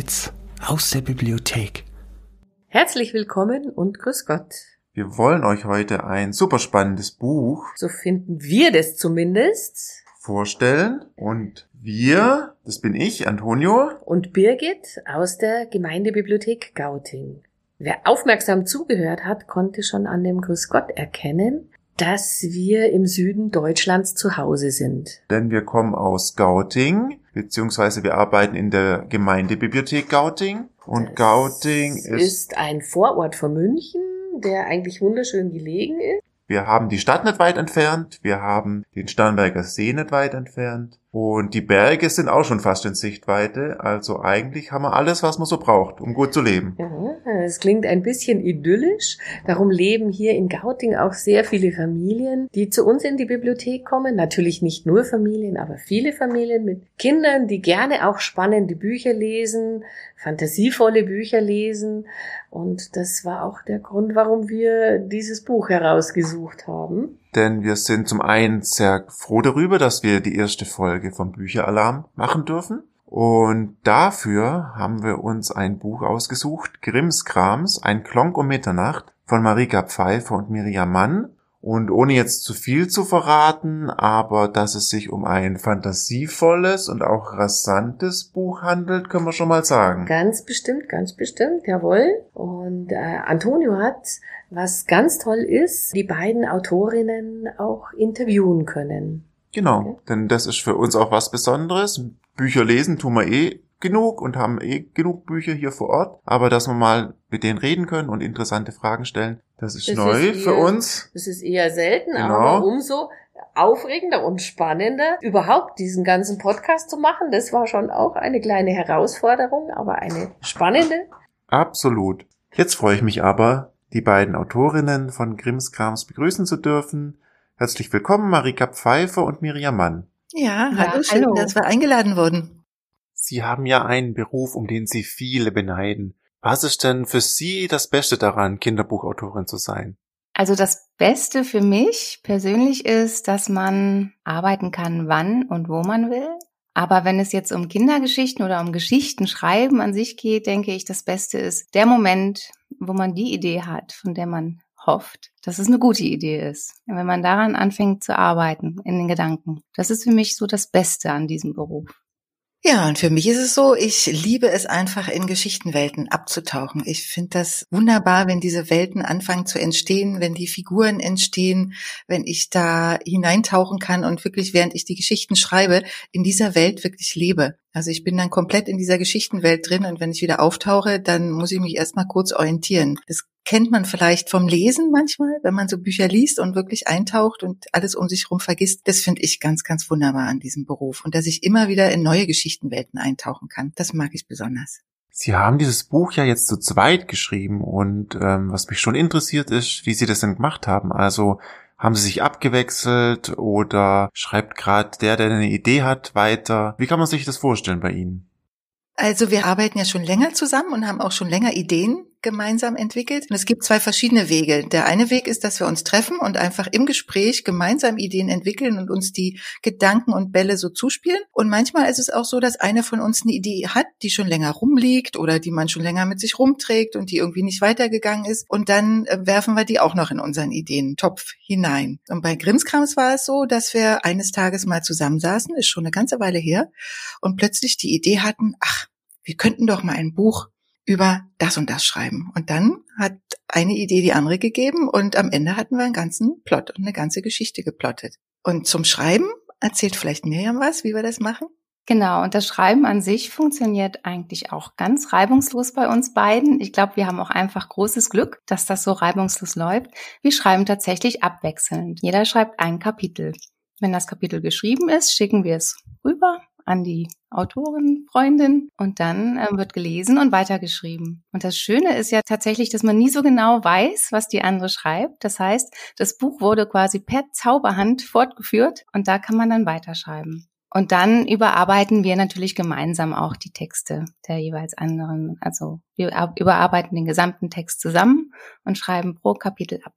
Highlights aus der Bibliothek. Herzlich willkommen und grüß Gott. Wir wollen euch heute ein super spannendes Buch, So finden wir das zumindest. vorstellen. Und wir, das bin ich, Antonio. Und Birgit aus der Gemeindebibliothek Gauting. Wer aufmerksam zugehört hat, konnte schon an dem Grüß Gott erkennen, dass wir im Süden Deutschlands zu Hause sind. Denn wir kommen aus Gauting, beziehungsweise wir arbeiten in der Gemeindebibliothek Gauting. Und Gauting ist ein Vorort von München, der eigentlich wunderschön gelegen ist. Wir haben die Stadt nicht weit entfernt, wir haben den Starnberger See nicht weit entfernt und die Berge sind auch schon fast in Sichtweite. Also eigentlich haben wir alles, was man so braucht, um gut zu leben. Ja, es klingt ein bisschen idyllisch. Darum leben hier in Gauting auch sehr viele Familien, die zu uns in die Bibliothek kommen. Natürlich nicht nur Familien, aber viele Familien mit Kindern, die gerne auch spannende Bücher lesen, fantasievolle Bücher lesen. Und das war auch der Grund, warum wir dieses Buch herausgesucht haben. Denn wir sind zum einen sehr froh darüber, dass wir die erste Folge vom Bücheralarm machen dürfen. Und dafür haben wir uns ein Buch ausgesucht, Krimskrams, ein Klonk um Mitternacht von Marika Pfeiffer und Miriam Mann. Und ohne jetzt zu viel zu verraten, aber dass es sich um ein fantasievolles und auch rasantes Buch handelt, können wir schon mal sagen. Ganz bestimmt, jawohl. Und Antonio hat, was ganz toll ist, die beiden Autorinnen auch interviewen können. Genau, Okay. denn das ist für uns auch was Besonderes. Bücher lesen tun wir genug und haben genug Bücher hier vor Ort. Aber dass wir mal mit denen reden können und interessante Fragen stellen, das ist neu für uns. Das ist eher selten, Genau. aber umso aufregender und spannender, überhaupt diesen ganzen Podcast zu machen. Das war schon auch eine kleine Herausforderung, aber eine spannende. Absolut. Jetzt freue ich mich aber, die beiden Autorinnen von Krimskrams begrüßen zu dürfen. Herzlich willkommen, Marika Pfeiffer und Miriam Mann. Ja, hallo, schön, hallo. dass wir eingeladen wurden. Sie haben ja einen Beruf, um den Sie viele beneiden. Was ist denn für Sie das Beste daran, Kinderbuchautorin zu sein? Also das Beste für mich persönlich ist, dass man arbeiten kann, wann und wo man will. Aber wenn es jetzt um Kindergeschichten oder um Geschichten schreiben an sich geht, denke ich, das Beste ist der Moment, wo man die Idee hat, von der man hofft, dass es eine gute Idee ist. Und wenn man daran anfängt zu arbeiten, in den Gedanken. Das ist für mich so das Beste an diesem Beruf. Ja, und für mich ist es so, ich liebe es einfach, in Geschichtenwelten abzutauchen. Ich finde das wunderbar, wenn diese Welten anfangen zu entstehen, wenn die Figuren entstehen, wenn ich da hineintauchen kann und wirklich, während ich die Geschichten schreibe, in dieser Welt wirklich lebe. Also ich bin dann komplett in dieser Geschichtenwelt drin und wenn ich wieder auftauche, dann muss ich mich erstmal kurz orientieren. Das kennt man vielleicht vom Lesen manchmal, wenn man so Bücher liest und wirklich eintaucht und alles um sich herum vergisst. Das finde ich ganz, ganz wunderbar an diesem Beruf. Und dass ich immer wieder in neue Geschichtenwelten eintauchen kann, das mag ich besonders. Sie haben dieses Buch ja jetzt zu zweit geschrieben und was mich schon interessiert ist, wie Sie das denn gemacht haben. Also haben Sie sich abgewechselt oder schreibt gerade der eine Idee hat, weiter? Wie kann man sich das vorstellen bei Ihnen? Also wir arbeiten ja schon länger zusammen und haben auch schon länger Ideen gemeinsam entwickelt. Und es gibt zwei verschiedene Wege. Der eine Weg ist, dass wir uns treffen und einfach im Gespräch gemeinsam Ideen entwickeln und uns die Gedanken und Bälle so zuspielen. Und manchmal ist es auch so, dass einer von uns eine Idee hat, die schon länger rumliegt oder die man schon länger mit sich rumträgt und die irgendwie nicht weitergegangen ist. Und dann werfen wir die auch noch in unseren Ideentopf hinein. Und bei Krimskrams war es so, dass wir eines Tages mal zusammensaßen, ist schon eine ganze Weile her, und plötzlich die Idee hatten, wir könnten doch mal ein Buch über das und das schreiben. Und dann hat eine Idee die andere gegeben und am Ende hatten wir einen ganzen Plot und eine ganze Geschichte geplottet. Und zum Schreiben erzählt vielleicht Miriam was, wie wir das machen? Genau, und das Schreiben an sich funktioniert eigentlich auch ganz reibungslos bei uns beiden. Ich glaube, wir haben auch einfach großes Glück, dass das so reibungslos läuft. Wir schreiben tatsächlich abwechselnd. Jeder schreibt ein Kapitel. Wenn das Kapitel geschrieben ist, schicken wir es rüber an die Autorin, Freundin und dann wird gelesen und weitergeschrieben. Und das Schöne ist ja tatsächlich, dass man nie so genau weiß, was die andere schreibt. Das heißt, das Buch wurde quasi per Zauberhand fortgeführt und da kann man dann weiterschreiben. Und dann überarbeiten wir natürlich gemeinsam auch die Texte der jeweils anderen. Also wir überarbeiten den gesamten Text zusammen und schreiben pro Kapitel abwechselnd.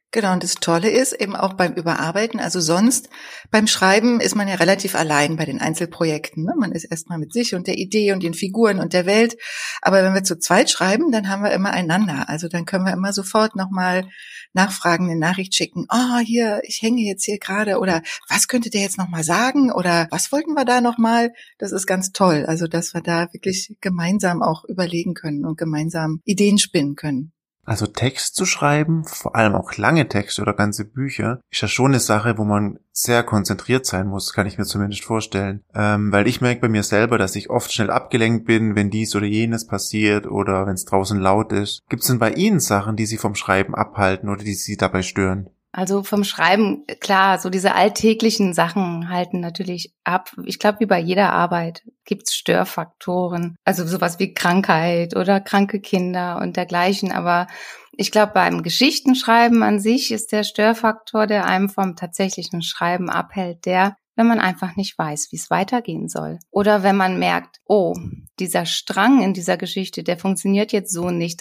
Genau, und das Tolle ist eben auch beim Überarbeiten, also sonst beim Schreiben ist man ja relativ allein bei den Einzelprojekten. Ne? Man ist erstmal mit sich und der Idee und den Figuren und der Welt. Aber wenn wir zu zweit schreiben, dann haben wir immer einander. Also dann können wir immer sofort nochmal nachfragen, eine Nachricht schicken. Oh, hier, ich hänge jetzt hier gerade. Oder was könnte der jetzt nochmal sagen? Oder was wollten wir da nochmal? Das ist ganz toll. Also dass wir da wirklich gemeinsam auch überlegen können und gemeinsam Ideen spinnen können. Also Text zu schreiben, vor allem auch lange Texte oder ganze Bücher, ist ja schon eine Sache, wo man sehr konzentriert sein muss, kann ich mir zumindest vorstellen. Weil ich merke bei mir selber, dass ich oft schnell abgelenkt bin, wenn dies oder jenes passiert oder wenn es draußen laut ist. Gibt es denn bei Ihnen Sachen, die Sie vom Schreiben abhalten oder die Sie dabei stören? Also vom Schreiben, klar, so diese alltäglichen Sachen halten natürlich ab. Ich glaube, wie bei jeder Arbeit gibt's Störfaktoren. Also sowas wie Krankheit oder kranke Kinder und dergleichen. Aber ich glaube, beim Geschichtenschreiben an sich ist der Störfaktor, der einem vom tatsächlichen Schreiben abhält, wenn man einfach nicht weiß, wie es weitergehen soll. Oder wenn man merkt, oh, dieser Strang in dieser Geschichte, der funktioniert jetzt so nicht.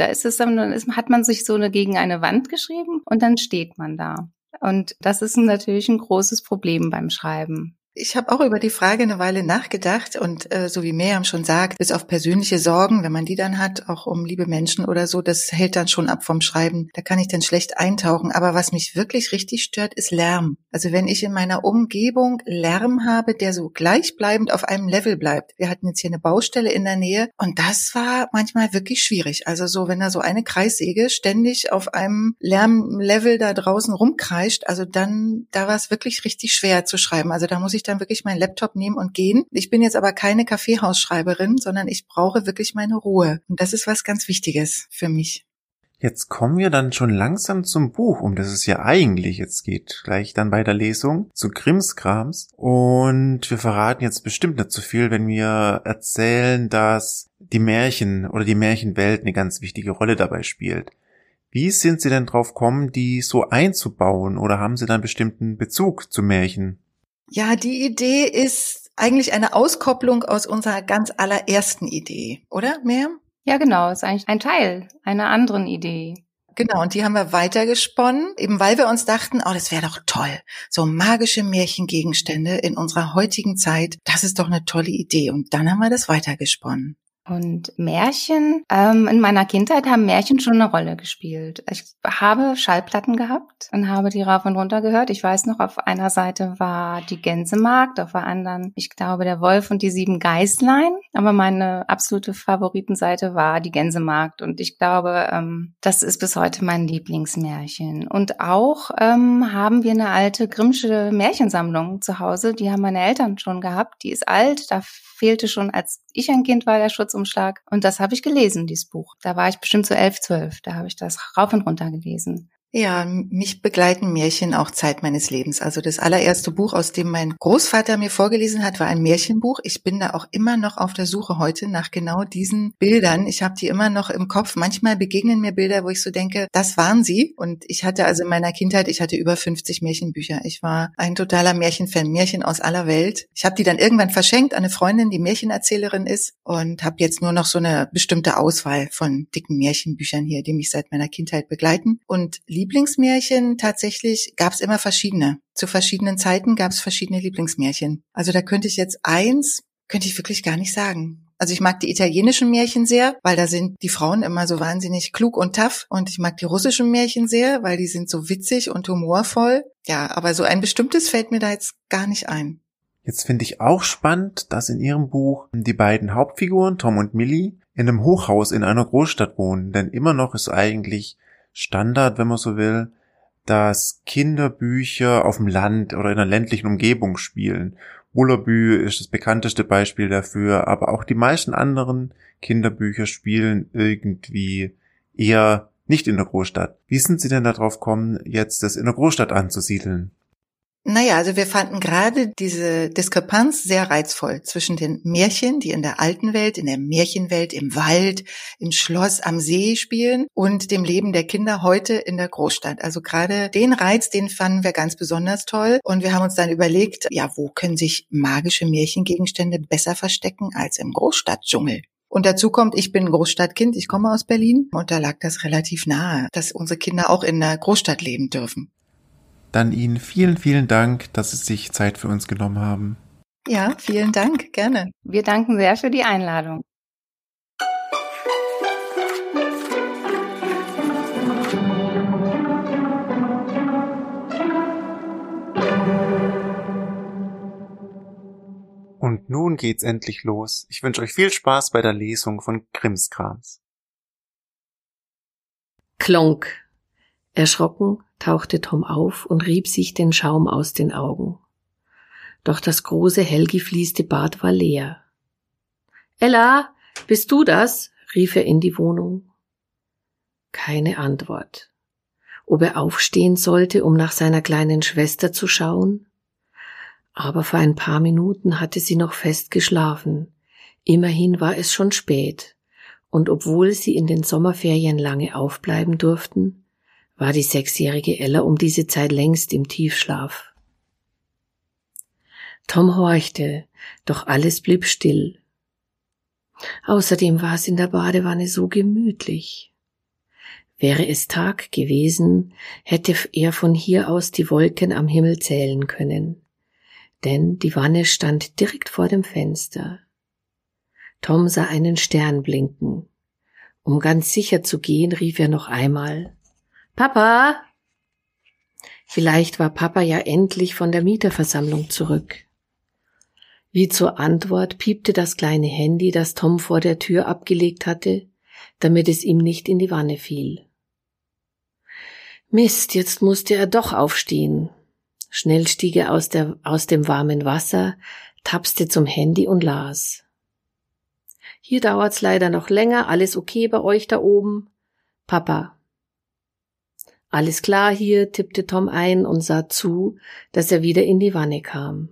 Hat man sich so gegen eine Wand geschrieben und dann steht man da. Und das ist natürlich ein großes Problem beim Schreiben. Ich habe auch über die Frage eine Weile nachgedacht und so wie Miriam schon sagt, bis auf persönliche Sorgen, wenn man die dann hat, auch um liebe Menschen oder so, das hält dann schon ab vom Schreiben. Da kann ich dann schlecht eintauchen. Aber was mich wirklich richtig stört, ist Lärm. Also wenn ich in meiner Umgebung Lärm habe, der so gleichbleibend auf einem Level bleibt. Wir hatten jetzt hier eine Baustelle in der Nähe und das war manchmal wirklich schwierig. Also so, wenn da so eine Kreissäge ständig auf einem Lärmlevel da draußen rumkreischt, also dann, da war es wirklich richtig schwer zu schreiben. Also da muss ich dann wirklich meinen Laptop nehmen und gehen. Ich bin jetzt aber keine Kaffeehausschreiberin, sondern ich brauche wirklich meine Ruhe. Und das ist was ganz Wichtiges für mich. Jetzt kommen wir dann schon langsam zum Buch, um das es ja eigentlich jetzt geht. Gleich dann bei der Lesung zu Krimskrams. Und wir verraten jetzt bestimmt nicht zu viel, wenn wir erzählen, dass die Märchen oder die Märchenwelt eine ganz wichtige Rolle dabei spielt. Wie sind Sie denn drauf gekommen, die so einzubauen? Oder haben Sie dann einen bestimmten Bezug zu Märchen? Ja, die Idee ist eigentlich eine Auskopplung aus unserer ganz allerersten Idee, oder, Miriam? Ja, genau, ist eigentlich ein Teil einer anderen Idee. Genau, und die haben wir weitergesponnen, eben weil wir uns dachten, oh, das wäre doch toll. So magische Märchengegenstände in unserer heutigen Zeit, das ist doch eine tolle Idee. Und dann haben wir das weitergesponnen. Und Märchen, in meiner Kindheit haben Märchen schon eine Rolle gespielt. Ich habe Schallplatten gehabt und habe die rauf und runter gehört. Ich weiß noch, auf einer Seite war die Gänsemagd, auf der anderen, ich glaube, der Wolf und die 7 Geißlein. Aber meine absolute Favoritenseite war die Gänsemagd. Und ich glaube, das ist bis heute mein Lieblingsmärchen. Und auch haben wir eine alte Grimmsche Märchensammlung zu Hause. Die haben meine Eltern schon gehabt. Die ist alt, da fehlte schon, als ich ein Kind war, der Schutzumschlag. Und das habe ich gelesen, dieses Buch. Da war ich bestimmt so 11, 12. Da habe ich das rauf und runter gelesen. Ja, mich begleiten Märchen auch Zeit meines Lebens. Also das allererste Buch, aus dem mein Großvater mir vorgelesen hat, war ein Märchenbuch. Ich bin da auch immer noch auf der Suche heute nach genau diesen Bildern. Ich habe die immer noch im Kopf. Manchmal begegnen mir Bilder, wo ich so denke, das waren sie. Und ich hatte also in meiner Kindheit, über 50 Märchenbücher. Ich war ein totaler Märchenfan, Märchen aus aller Welt. Ich habe die dann irgendwann verschenkt an eine Freundin, die Märchenerzählerin ist und habe jetzt nur noch so eine bestimmte Auswahl von dicken Märchenbüchern hier, die mich seit meiner Kindheit begleiten. Und Lieblingsmärchen, tatsächlich gab es immer verschiedene. Zu verschiedenen Zeiten gab es verschiedene Lieblingsmärchen. Also da könnte ich wirklich gar nicht sagen. Also ich mag die italienischen Märchen sehr, weil da sind die Frauen immer so wahnsinnig klug und tough. Und ich mag die russischen Märchen sehr, weil die sind so witzig und humorvoll. Ja, aber so ein bestimmtes fällt mir da jetzt gar nicht ein. Jetzt finde ich auch spannend, dass in Ihrem Buch die beiden Hauptfiguren, Tom und Millie, in einem Hochhaus in einer Großstadt wohnen. Denn immer noch ist eigentlich Standard, wenn man so will, dass Kinderbücher auf dem Land oder in einer ländlichen Umgebung spielen. Bullerbü ist das bekannteste Beispiel dafür, aber auch die meisten anderen Kinderbücher spielen irgendwie eher nicht in der Großstadt. Wie sind Sie denn darauf gekommen, jetzt das in der Großstadt anzusiedeln? Naja, also wir fanden gerade diese Diskrepanz sehr reizvoll zwischen den Märchen, die in der alten Welt, in der Märchenwelt, im Wald, im Schloss, am See spielen und dem Leben der Kinder heute in der Großstadt. Also gerade den Reiz, den fanden wir ganz besonders toll und wir haben uns dann überlegt, ja, wo können sich magische Märchengegenstände besser verstecken als im Großstadtdschungel? Und dazu kommt, ich bin ein Großstadtkind, ich komme aus Berlin und da lag das relativ nahe, dass unsere Kinder auch in einer Großstadt leben dürfen. Dann Ihnen vielen, vielen Dank, dass Sie sich Zeit für uns genommen haben. Ja, vielen Dank, gerne. Wir danken sehr für die Einladung. Und nun geht's endlich los. Ich wünsche euch viel Spaß bei der Lesung von Krimskrams. Klonk. Erschrocken tauchte Tom auf und rieb sich den Schaum aus den Augen. Doch das große, hellgefließte Bad war leer. »Ella, bist du das?« rief er in die Wohnung. Keine Antwort. Ob er aufstehen sollte, um nach seiner kleinen Schwester zu schauen? Aber vor ein paar Minuten hatte sie noch fest geschlafen. Immerhin war es schon spät. Und obwohl sie in den Sommerferien lange aufbleiben durften, war die 6-jährige Ella um diese Zeit längst im Tiefschlaf. Tom horchte, doch alles blieb still. Außerdem war es in der Badewanne so gemütlich. Wäre es Tag gewesen, hätte er von hier aus die Wolken am Himmel zählen können, denn die Wanne stand direkt vor dem Fenster. Tom sah einen Stern blinken. Um ganz sicher zu gehen, rief er noch einmal: »Papa!« Vielleicht war Papa ja endlich von der Mieterversammlung zurück. Wie zur Antwort piepte das kleine Handy, das Tom vor der Tür abgelegt hatte, damit es ihm nicht in die Wanne fiel. Mist, jetzt musste er doch aufstehen. Schnell stieg er aus dem warmen Wasser, tapste zum Handy und las. »Hier dauert's leider noch länger, alles okay bei euch da oben? Papa.« »Alles klar hier«, tippte Tom ein und sah zu, dass er wieder in die Wanne kam.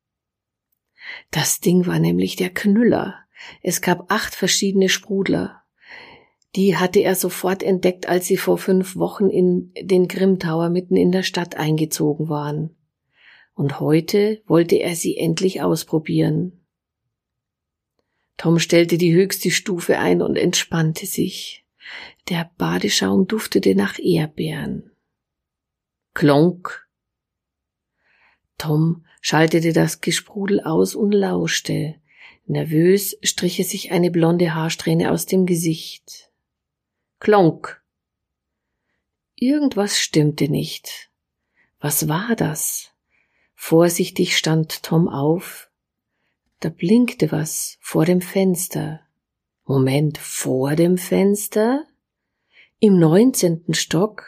Das Ding war nämlich der Knüller. Es gab 8 verschiedene Sprudler. Die hatte er sofort entdeckt, als sie vor 5 Wochen in den Grimm Tower mitten in der Stadt eingezogen waren. Und heute wollte er sie endlich ausprobieren. Tom stellte die höchste Stufe ein und entspannte sich. Der Badeschaum duftete nach Erdbeeren. Klonk. Tom schaltete das Gesprudel aus und lauschte. Nervös strich er sich eine blonde Haarsträhne aus dem Gesicht. Klonk. Irgendwas stimmte nicht. Was war das? Vorsichtig stand Tom auf. Da blinkte was vor dem Fenster. Moment, vor dem Fenster? Im 19. Stock?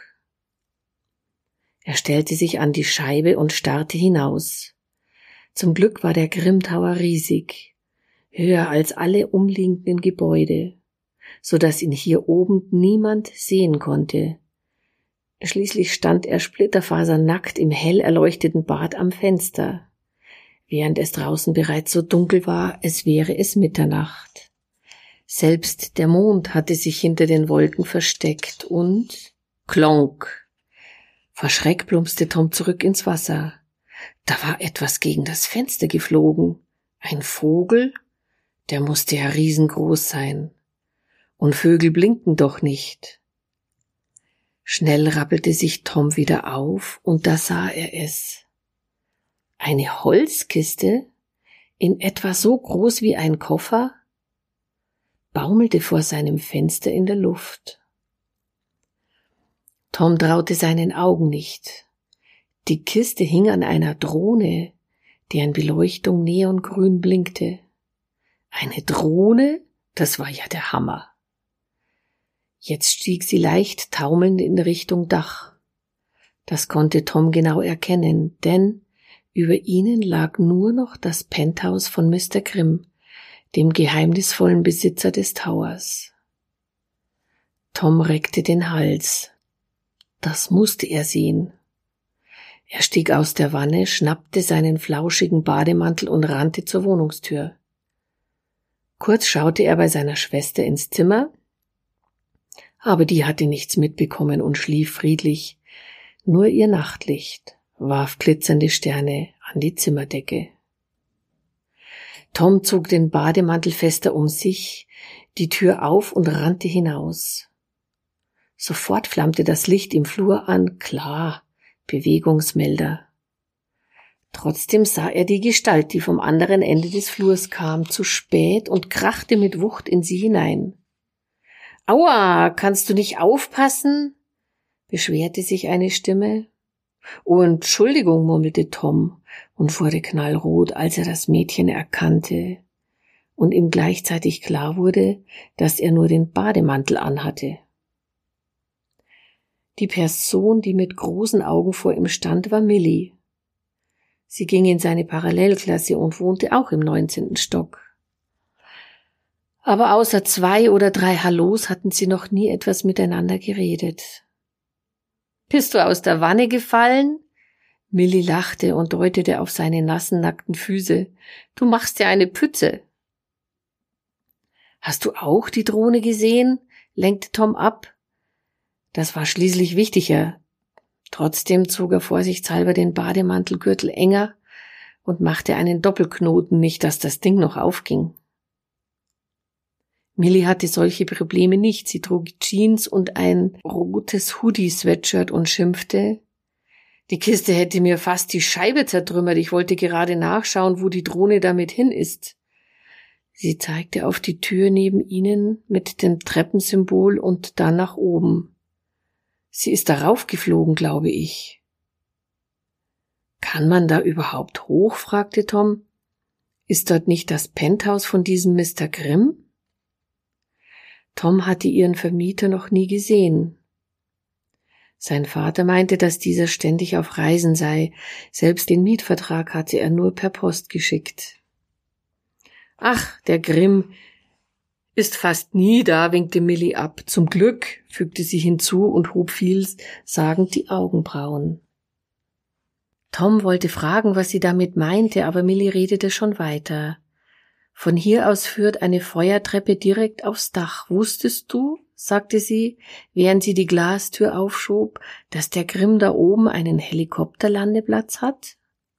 Er stellte sich an die Scheibe und starrte hinaus. Zum Glück war der Grimm Tower riesig, höher als alle umliegenden Gebäude, so dass ihn hier oben niemand sehen konnte. Schließlich stand er splitterfasernackt im hell erleuchteten Bad am Fenster, während es draußen bereits so dunkel war, als wäre es Mitternacht. Selbst der Mond hatte sich hinter den Wolken versteckt und klonk. Vor Schreck plumpste Tom zurück ins Wasser. Da war etwas gegen das Fenster geflogen. Ein Vogel? Der musste ja riesengroß sein. Und Vögel blinken doch nicht. Schnell rappelte sich Tom wieder auf und da sah er es. Eine Holzkiste, in etwa so groß wie ein Koffer, baumelte vor seinem Fenster in der Luft. Tom traute seinen Augen nicht. Die Kiste hing an einer Drohne, deren Beleuchtung neongrün blinkte. Eine Drohne? Das war ja der Hammer. Jetzt stieg sie leicht taumelnd in Richtung Dach. Das konnte Tom genau erkennen, denn über ihnen lag nur noch das Penthouse von Mr. Grimm, dem geheimnisvollen Besitzer des Towers. Tom reckte den Hals. Das musste er sehen. Er stieg aus der Wanne, schnappte seinen flauschigen Bademantel und rannte zur Wohnungstür. Kurz schaute er bei seiner Schwester ins Zimmer, aber die hatte nichts mitbekommen und schlief friedlich. Nur ihr Nachtlicht warf glitzernde Sterne an die Zimmerdecke. Tom zog den Bademantel fester um sich, die Tür auf und rannte hinaus. Sofort flammte das Licht im Flur an, klar, Bewegungsmelder. Trotzdem sah er die Gestalt, die vom anderen Ende des Flurs kam, zu spät und krachte mit Wucht in sie hinein. »Aua, kannst du nicht aufpassen?« beschwerte sich eine Stimme. »Oh, Entschuldigung«, murmelte Tom und wurde knallrot, als er das Mädchen erkannte und ihm gleichzeitig klar wurde, dass er nur den Bademantel anhatte. Die Person, die mit großen Augen vor ihm stand, war Millie. Sie ging in seine Parallelklasse und wohnte auch im 19. Stock. Aber außer 2 oder 3 Hallos hatten sie noch nie etwas miteinander geredet. »Bist du aus der Wanne gefallen?« Millie lachte und deutete auf seine nassen, nackten Füße. »Du machst ja eine Pütze.« »Hast du auch die Drohne gesehen?« lenkte Tom ab. Das war schließlich wichtiger. Trotzdem zog er vorsichtshalber den Bademantelgürtel enger und machte einen Doppelknoten, nicht dass das Ding noch aufging. Millie hatte solche Probleme nicht. Sie trug Jeans und ein rotes Hoodie-Sweatshirt und schimpfte: »Die Kiste hätte mir fast die Scheibe zertrümmert. Ich wollte gerade nachschauen, wo die Drohne damit hin ist.« Sie zeigte auf die Tür neben ihnen mit dem Treppensymbol und dann nach oben. »Sie ist darauf geflogen, glaube ich.« »Kann man da überhaupt hoch?« fragte Tom. »Ist dort nicht das Penthouse von diesem Mr. Grimm?« Tom hatte ihren Vermieter noch nie gesehen. Sein Vater meinte, dass dieser ständig auf Reisen sei. Selbst den Mietvertrag hatte er nur per Post geschickt. »Ach, der Grimm ist fast nie da«, winkte Millie ab. »Zum Glück«, fügte sie hinzu und hob vielsagend die Augenbrauen. Tom wollte fragen, was sie damit meinte, aber Millie redete schon weiter. »Von hier aus führt eine Feuertreppe direkt aufs Dach. Wusstest du«, sagte sie, während sie die Glastür aufschob, »dass der Grimm da oben einen Helikopterlandeplatz hat?«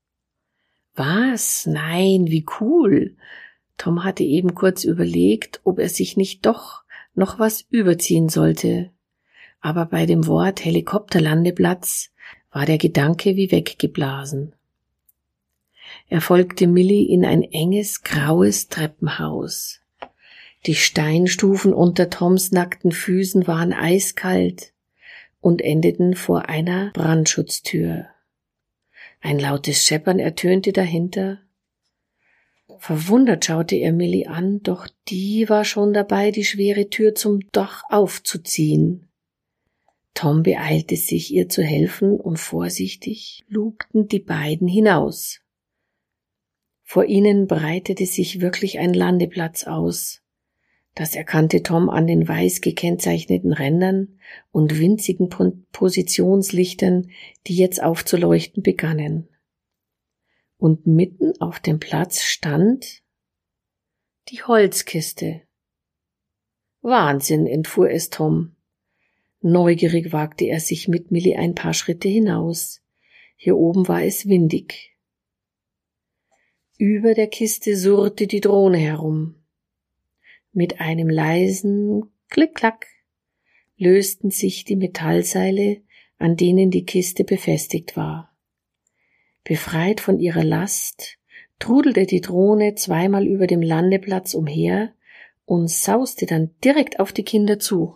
»Was? Nein, wie cool!« Tom hatte eben kurz überlegt, ob er sich nicht doch noch was überziehen sollte. Aber bei dem Wort Helikopterlandeplatz war der Gedanke wie weggeblasen. Er folgte Millie in ein enges, graues Treppenhaus. Die Steinstufen unter Toms nackten Füßen waren eiskalt und endeten vor einer Brandschutztür. Ein lautes Scheppern ertönte dahinter. Verwundert schaute er Millie an, doch die war schon dabei, die schwere Tür zum Dach aufzuziehen. Tom beeilte sich, ihr zu helfen, und vorsichtig lugten die beiden hinaus. Vor ihnen breitete sich wirklich ein Landeplatz aus. Das erkannte Tom an den weiß gekennzeichneten Rändern und winzigen Positionslichtern, die jetzt aufzuleuchten begannen. Und mitten auf dem Platz stand die Holzkiste. »Wahnsinn«, entfuhr es Tom. Neugierig wagte er sich mit Millie ein paar Schritte hinaus. Hier oben war es windig. Über der Kiste surrte die Drohne herum. Mit einem leisen Klick-Klack lösten sich die Metallseile, an denen die Kiste befestigt war. Befreit von ihrer Last trudelte die Drohne zweimal über dem Landeplatz umher und sauste dann direkt auf die Kinder zu.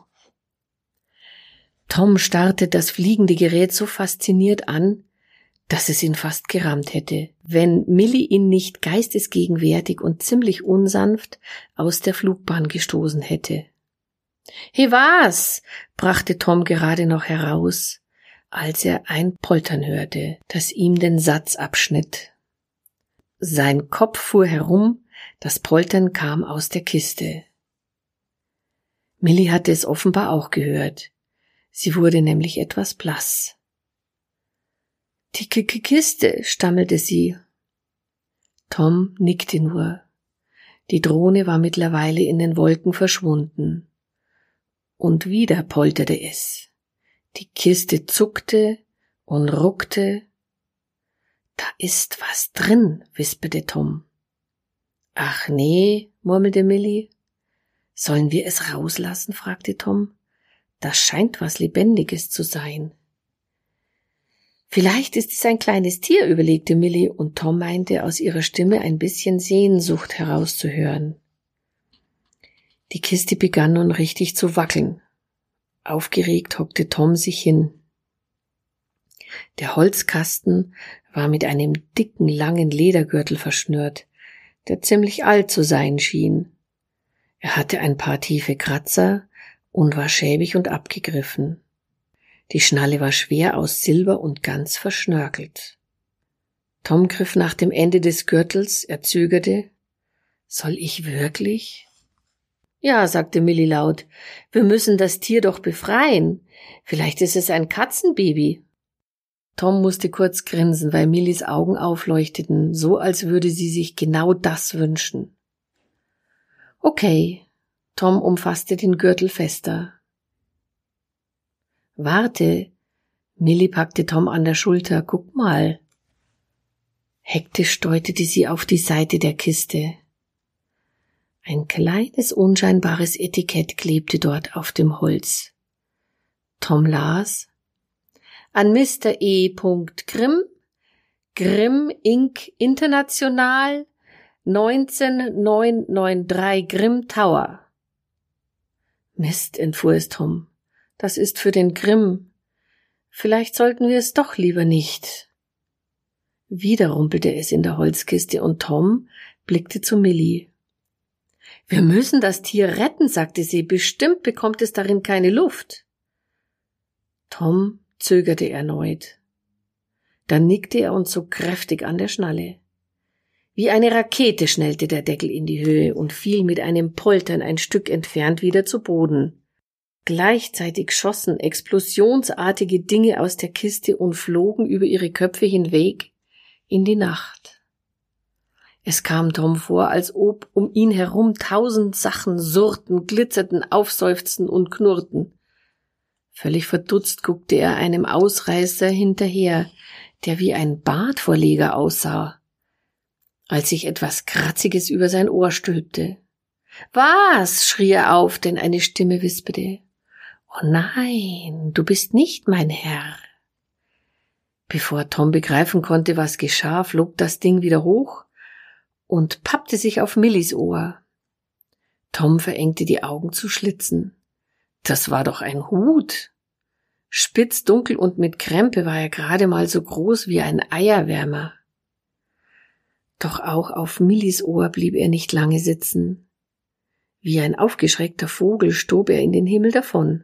Tom starrte das fliegende Gerät so fasziniert an, dass es ihn fast gerammt hätte, wenn Millie ihn nicht geistesgegenwärtig und ziemlich unsanft aus der Flugbahn gestoßen hätte. »Hey, was?« brachte Tom gerade noch heraus, als er ein Poltern hörte, das ihm den Satz abschnitt. Sein Kopf fuhr herum, das Poltern kam aus der Kiste. Millie hatte es offenbar auch gehört. Sie wurde nämlich etwas blass. »Die Kiste«, stammelte sie. Tom nickte nur. Die Drohne war mittlerweile in den Wolken verschwunden. Und wieder polterte es. Die Kiste zuckte und ruckte. »Da ist was drin«, wisperte Tom. »Ach nee«, murmelte Millie. Sollen wir es rauslassen? Fragte Tom. Das scheint was Lebendiges zu sein. Vielleicht ist es ein kleines Tier, überlegte Millie, und Tom meinte, aus ihrer Stimme ein bisschen Sehnsucht herauszuhören. Die Kiste begann nun richtig zu wackeln. Aufgeregt hockte Tom sich hin. Der Holzkasten war mit einem dicken, langen Ledergürtel verschnürt, der ziemlich alt zu sein schien. Er hatte ein paar tiefe Kratzer und war schäbig und abgegriffen. Die Schnalle war schwer aus Silber und ganz verschnörkelt. Tom griff nach dem Ende des Gürtels, er zögerte. Soll ich wirklich? Ja, sagte Millie laut, wir müssen das Tier doch befreien. Vielleicht ist es ein Katzenbaby. Tom musste kurz grinsen, weil Millies Augen aufleuchteten, so als würde sie sich genau das wünschen. Okay, Tom umfasste den Gürtel fester. Warte, Millie packte Tom an der Schulter, guck mal. Hektisch deutete sie auf die Seite der Kiste. Ein kleines, unscheinbares Etikett klebte dort auf dem Holz. Tom las: An Mr. E. Grimm, Grimm Inc. International, 19993 Grimm Tower. Mist, entfuhr es Tom. Das ist für den Grimm. Vielleicht sollten wir es doch lieber nicht. Wieder rumpelte es in der Holzkiste und Tom blickte zu Millie. Wir müssen das Tier retten, sagte sie. Bestimmt bekommt es darin keine Luft. Tom zögerte erneut. Dann nickte er und zog kräftig an der Schnalle. Wie eine Rakete schnellte der Deckel in die Höhe und fiel mit einem Poltern ein Stück entfernt wieder zu Boden. Gleichzeitig schossen explosionsartige Dinge aus der Kiste und flogen über ihre Köpfe hinweg in die Nacht. Es kam Tom vor, als ob um ihn herum 1000 Sachen surrten, glitzerten, aufseufzten und knurrten. Völlig verdutzt guckte er einem Ausreißer hinterher, der wie ein Bartvorleger aussah, als sich etwas Kratziges über sein Ohr stülpte. »Was?« schrie er auf, denn eine Stimme wisperte. »Oh nein, du bist nicht mein Herr.« Bevor Tom begreifen konnte, was geschah, flog das Ding wieder hoch und pappte sich auf Millies Ohr. Tom verengte die Augen zu Schlitzen. Das war doch ein Hut. Spitz, dunkel und mit Krempe war er gerade mal so groß wie ein Eierwärmer. Doch auch auf Millies Ohr blieb er nicht lange sitzen. Wie ein aufgeschreckter Vogel stob er in den Himmel davon.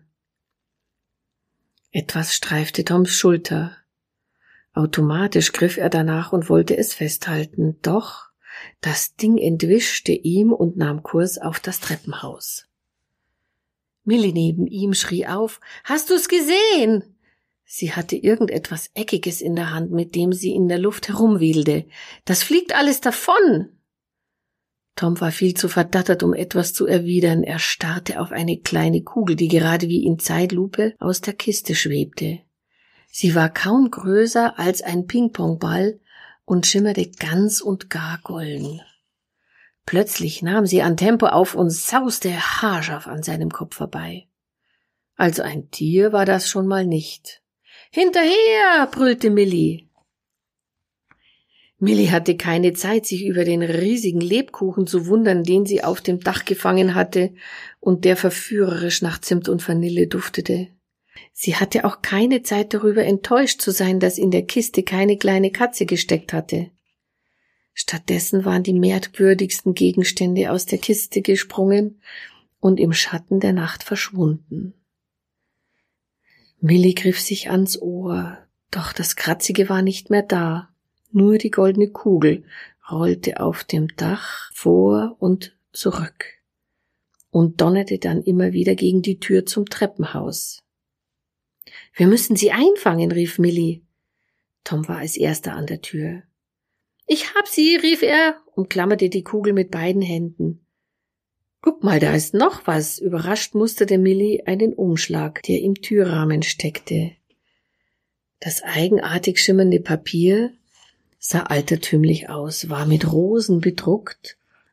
Etwas streifte Toms Schulter. Automatisch griff er danach und wollte es festhalten, doch das Ding entwischte ihm und nahm Kurs auf das Treppenhaus. Millie neben ihm schrie auf: »Hast du's gesehen?« Sie hatte irgendetwas Eckiges in der Hand, mit dem sie in der Luft herumwedelte. »Das fliegt alles davon!« Tom war viel zu verdattert, um etwas zu erwidern. Er starrte auf eine kleine Kugel, die gerade wie in Zeitlupe aus der Kiste schwebte. Sie war kaum größer als ein Ping-Pong-Ball und schimmerte ganz und gar golden. Plötzlich nahm sie an Tempo auf und sauste haarscharf an seinem Kopf vorbei. Also ein Tier war das schon mal nicht. »Hinterher!« brüllte Millie. Millie hatte keine Zeit, sich über den riesigen Lebkuchen zu wundern, den sie auf dem Dach gefangen hatte und der verführerisch nach Zimt und Vanille duftete. Sie hatte auch keine Zeit, darüber enttäuscht zu sein, dass in der Kiste keine kleine Katze gesteckt hatte. Stattdessen waren die merkwürdigsten Gegenstände aus der Kiste gesprungen und im Schatten der Nacht verschwunden. Millie griff sich ans Ohr, doch das Kratzige war nicht mehr da. Nur die goldene Kugel rollte auf dem Dach vor und zurück und donnerte dann immer wieder gegen die Tür zum Treppenhaus. »Wir müssen sie einfangen«, rief Millie. Tom war als erster an der Tür. »Ich hab sie«, rief er, umklammerte die Kugel mit beiden Händen. »Guck mal, da ist noch was«, überrascht musterte Millie einen Umschlag, der im Türrahmen steckte. Das eigenartig schimmernde Papier sah altertümlich aus, war mit Rosen bedruckt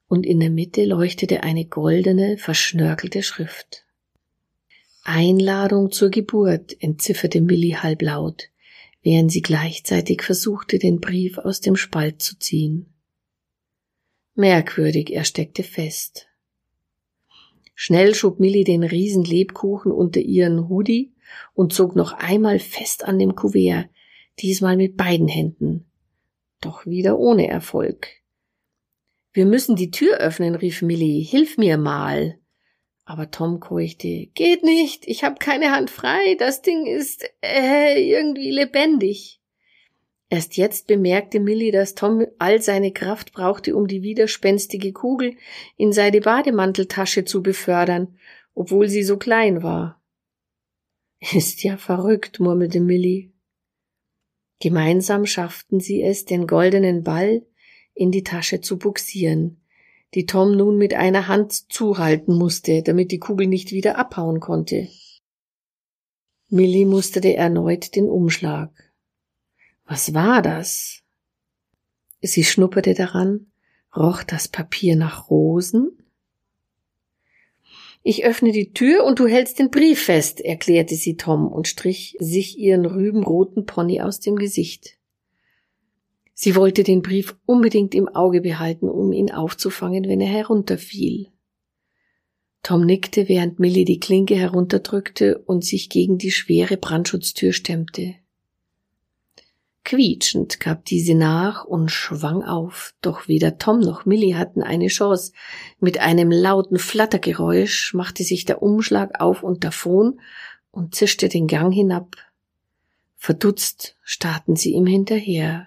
und in der Mitte leuchtete eine goldene, verschnörkelte Schrift. Einladung zur Geburt, entzifferte Millie halblaut, während sie gleichzeitig versuchte, den Brief aus dem Spalt zu ziehen. Merkwürdig, er steckte fest. Schnell schob Millie den riesen Lebkuchen unter ihren Hoodie und zog noch einmal fest an dem Kuvert, diesmal mit beiden Händen. Doch wieder ohne Erfolg. »Wir müssen die Tür öffnen«, rief Millie. »Hilf mir mal.« Aber Tom keuchte. »Geht nicht, ich habe keine Hand frei, das Ding ist irgendwie lebendig.« Erst jetzt bemerkte Millie, dass Tom all seine Kraft brauchte, um die widerspenstige Kugel in seine Bademanteltasche zu befördern, obwohl sie so klein war. »Ist ja verrückt«, murmelte Millie. Gemeinsam schafften sie es, den goldenen Ball in die Tasche zu bugsieren, die Tom nun mit einer Hand zuhalten musste, damit die Kugel nicht wieder abhauen konnte. Millie musterte erneut den Umschlag. Was war das? Sie schnupperte daran, roch das Papier nach Rosen. »Ich öffne die Tür und du hältst den Brief fest«, erklärte sie Tom und strich sich ihren rübenroten Pony aus dem Gesicht. Sie wollte den Brief unbedingt im Auge behalten, um ihn aufzufangen, wenn er herunterfiel. Tom nickte, während Millie die Klinke herunterdrückte und sich gegen die schwere Brandschutztür stemmte. Quietschend gab diese nach und schwang auf, doch weder Tom noch Millie hatten eine Chance. Mit einem lauten Flattergeräusch machte sich der Umschlag auf und davon und zischte den Gang hinab. Verdutzt starrten sie ihm hinterher.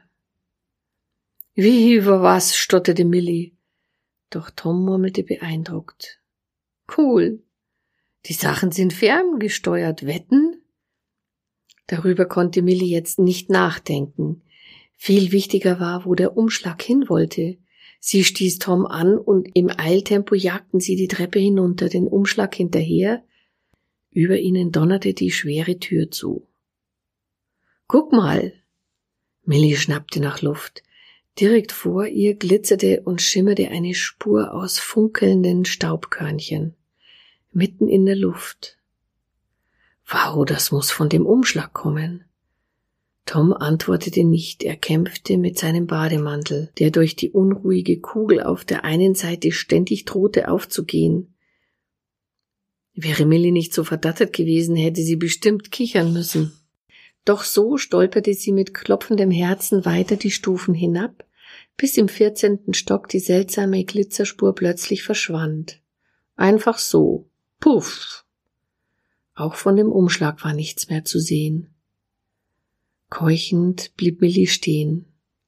»Wie, was?« stotterte Millie. Doch Tom murmelte beeindruckt. »Cool. Die Sachen sind ferngesteuert. Wetten?« Darüber konnte Millie jetzt nicht nachdenken. Viel wichtiger war, wo der Umschlag hin wollte. Sie stieß Tom an und im Eiltempo jagten sie die Treppe hinunter, den Umschlag hinterher. Über ihnen donnerte die schwere Tür zu. »Guck mal!« Millie schnappte nach Luft. Direkt vor ihr glitzerte und schimmerte eine Spur aus funkelnden Staubkörnchen, mitten in der Luft. »Wow, das muss von dem Umschlag kommen.« Tom antwortete nicht, er kämpfte mit seinem Bademantel, der durch die unruhige Kugel auf der einen Seite ständig drohte aufzugehen. Wäre Millie nicht so verdattert gewesen, hätte sie bestimmt kichern müssen. Doch so stolperte sie mit klopfendem Herzen weiter die Stufen hinab, bis im 14. Stock die seltsame Glitzerspur plötzlich verschwand. Einfach so. Puff! Auch von dem Umschlag war nichts mehr zu sehen. Keuchend blieb Millie stehen.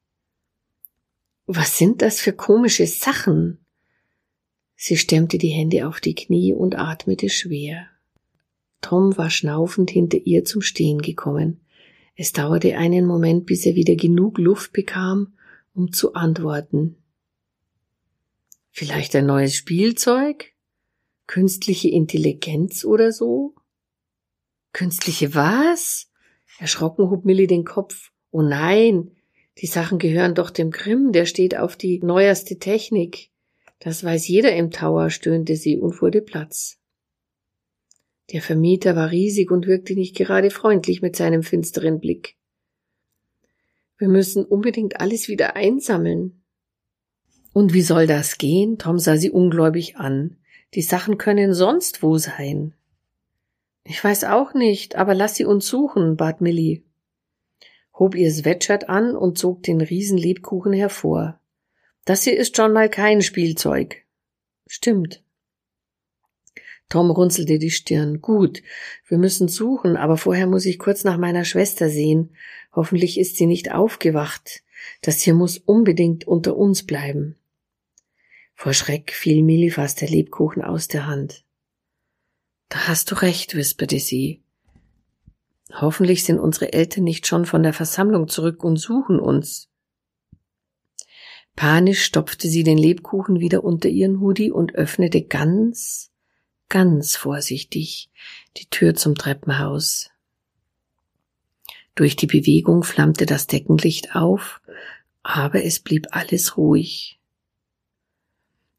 Was sind das für komische Sachen? Sie stemmte die Hände auf die Knie und atmete schwer. Tom war schnaufend hinter ihr zum Stehen gekommen. Es dauerte einen Moment, bis er wieder genug Luft bekam, um zu antworten. Vielleicht ein neues Spielzeug? Künstliche Intelligenz oder so? Künstliche was? Erschrocken hob Millie den Kopf. Oh nein, die Sachen gehören doch dem Grimm, der steht auf die neueste Technik. Das weiß jeder im Tower, stöhnte sie und wurde Platz. Der Vermieter war riesig und wirkte nicht gerade freundlich mit seinem finsteren Blick. Wir müssen unbedingt alles wieder einsammeln. Und wie soll das gehen? Tom sah sie ungläubig an. Die Sachen können sonst wo sein. Ich weiß auch nicht, aber lass sie uns suchen, bat Millie, hob ihr Sweatshirt an und zog den Riesenlebkuchen hervor. Das hier ist schon mal kein Spielzeug. Stimmt. Tom runzelte die Stirn. Gut, wir müssen suchen, aber vorher muss ich kurz nach meiner Schwester sehen. Hoffentlich ist sie nicht aufgewacht. Das hier muss unbedingt unter uns bleiben. Vor Schreck fiel Millie fast der Lebkuchen aus der Hand. Da hast du recht, wisperte sie. Hoffentlich sind unsere Eltern nicht schon von der Versammlung zurück und suchen uns. Panisch stopfte sie den Lebkuchen wieder unter ihren Hoodie und öffnete ganz vorsichtig die Tür zum Treppenhaus. Durch die Bewegung flammte das Deckenlicht auf, aber es blieb alles ruhig.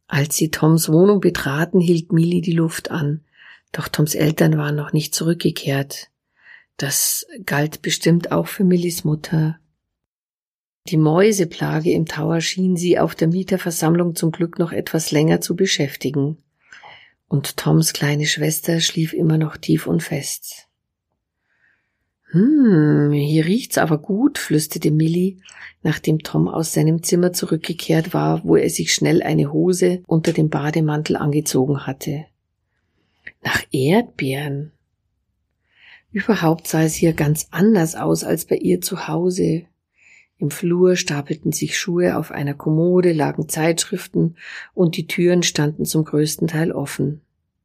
Als sie Toms Wohnung betraten, hielt Millie die Luft an. Doch Toms Eltern waren noch nicht zurückgekehrt. Das galt bestimmt auch für Millies Mutter. Die Mäuseplage im Tower schien sie auf der Mieterversammlung zum Glück noch etwas länger zu beschäftigen. Und Toms kleine Schwester schlief immer noch tief und fest. Hier riecht's aber gut, flüsterte Millie, nachdem Tom aus seinem Zimmer zurückgekehrt war, wo er sich schnell eine Hose unter dem Bademantel angezogen hatte. Nach Erdbeeren. Überhaupt sah es hier ganz anders aus als bei ihr zu Hause. Im Flur stapelten sich Schuhe, auf einer Kommode lagen Zeitschriften und die Türen standen zum größten Teil offen.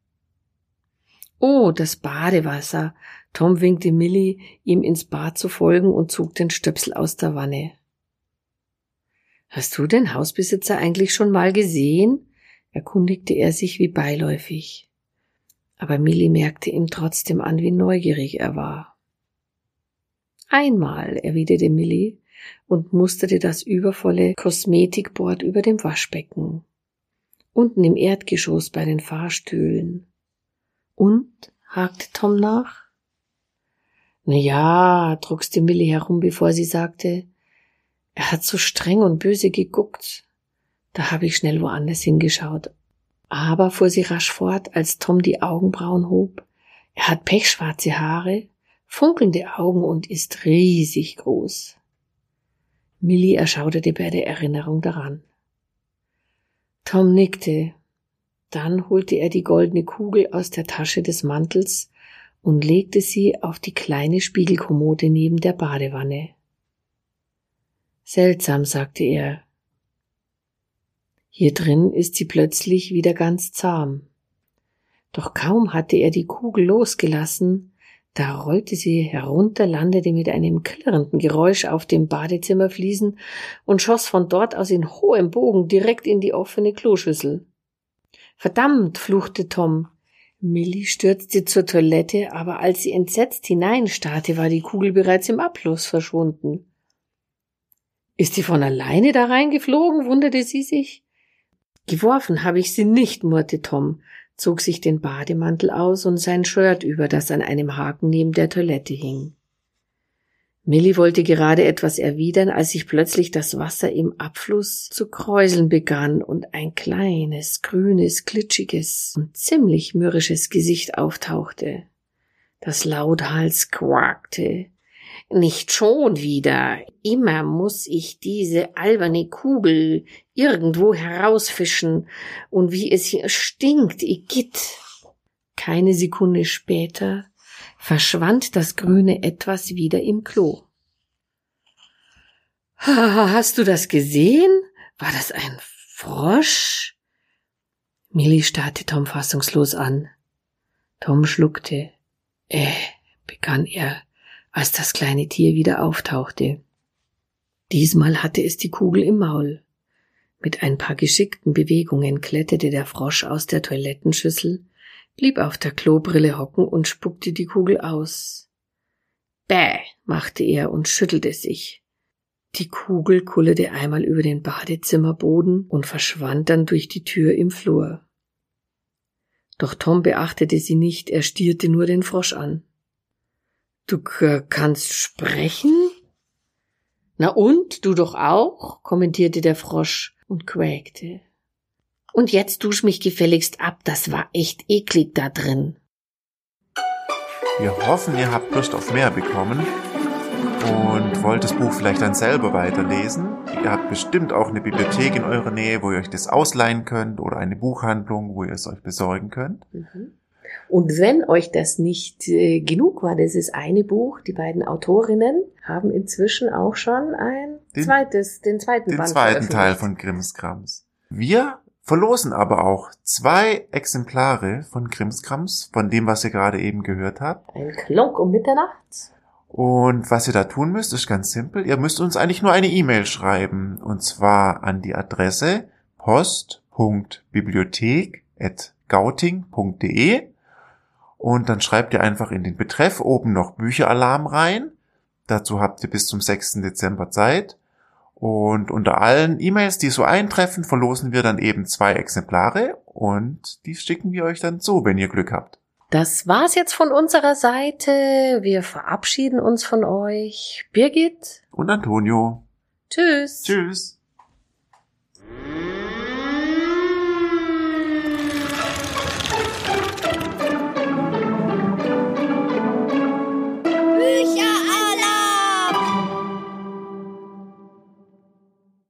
Oh, das Badewasser! Tom winkte Millie, ihm ins Bad zu folgen und zog den Stöpsel aus der Wanne. »Hast du den Hausbesitzer eigentlich schon mal gesehen?« erkundigte er sich wie beiläufig. Aber Millie merkte ihm trotzdem an, wie neugierig er war. »Einmal«, erwiderte Millie und musterte das übervolle Kosmetikbord über dem Waschbecken. Unten im Erdgeschoss bei den Fahrstühlen. »Und?«, hakte Tom nach. »Na ja«, druckste Millie herum, bevor sie sagte, »er hat so streng und böse geguckt. Da habe ich schnell woanders hingeschaut. Aber«, fuhr sie rasch fort, als Tom die Augenbrauen hob, »er hat pechschwarze Haare, funkelnde Augen und ist riesig groß.« Millie erschauderte bei der Erinnerung daran. Tom nickte. Dann holte er die goldene Kugel aus der Tasche des Mantels und legte sie auf die kleine Spiegelkommode neben der Badewanne. »Seltsam«, sagte er. »Hier drin ist sie plötzlich wieder ganz zahm.« Doch kaum hatte er die Kugel losgelassen, da rollte sie herunter, landete mit einem klirrenden Geräusch auf dem Badezimmerfliesen und schoss von dort aus in hohem Bogen direkt in die offene Kloschüssel. »Verdammt«, fluchte Tom. Millie stürzte zur Toilette, aber als sie entsetzt hineinstarrte, war die Kugel bereits im Abfluss verschwunden. »Ist sie von alleine da reingeflogen?«, wunderte sie sich. »Geworfen habe ich sie nicht«, murrte Tom, zog sich den Bademantel aus und sein Shirt über, das an einem Haken neben der Toilette hing. Millie wollte gerade etwas erwidern, als sich plötzlich das Wasser im Abfluss zu kräuseln begann und ein kleines, grünes, glitschiges und ziemlich mürrisches Gesicht auftauchte, das lauthals quakte. »Nicht schon wieder. Immer muss ich diese alberne Kugel irgendwo herausfischen. Und wie es hier stinkt, Igitt!« Keine Sekunde später verschwand das grüne Etwas wieder im Klo. »Hast du das gesehen? War das ein Frosch?« Millie starrte Tom fassungslos an. Tom schluckte. Begann er, als das kleine Tier wieder auftauchte. Diesmal hatte es die Kugel im Maul. Mit ein paar geschickten Bewegungen kletterte der Frosch aus der Toilettenschüssel, blieb auf der Klobrille hocken und spuckte die Kugel aus. »Bäh«, machte er und schüttelte sich. Die Kugel kullerte einmal über den Badezimmerboden und verschwand dann durch die Tür im Flur. Doch Tom beachtete sie nicht, er stierte nur den Frosch an. »Du kannst sprechen?« »Na und, du doch auch«, kommentierte der Frosch und quäkte. »Und jetzt dusch mich gefälligst ab, das war echt eklig da drin.« Wir hoffen, ihr habt Lust auf mehr bekommen und wollt das Buch vielleicht dann selber weiterlesen. Ihr habt bestimmt auch eine Bibliothek in eurer Nähe, wo ihr euch das ausleihen könnt oder eine Buchhandlung, wo ihr es euch besorgen könnt. Und wenn euch das nicht genug war, das ist eine Buch, die beiden Autorinnen haben inzwischen auch schon den zweiten Teil von Krimskrams. Wir verlosen aber auch 2 Exemplare von Krimskrams, von dem, was ihr gerade eben gehört habt. Ein Klonk um Mitternacht. Und was ihr da tun müsst, ist ganz simpel. Ihr müsst uns eigentlich nur eine E-Mail schreiben, und zwar an die Adresse post.bibliothek@gauting.de. Und dann schreibt ihr einfach in den Betreff oben noch Bücheralarm rein. Dazu habt ihr bis zum 6. Dezember Zeit. Und unter allen E-Mails, die so eintreffen, verlosen wir dann eben 2 Exemplare und die schicken wir euch dann zu, wenn ihr Glück habt. Das war's jetzt von unserer Seite. Wir verabschieden uns von euch. Birgit. Und Antonio. Tschüss. Tschüss.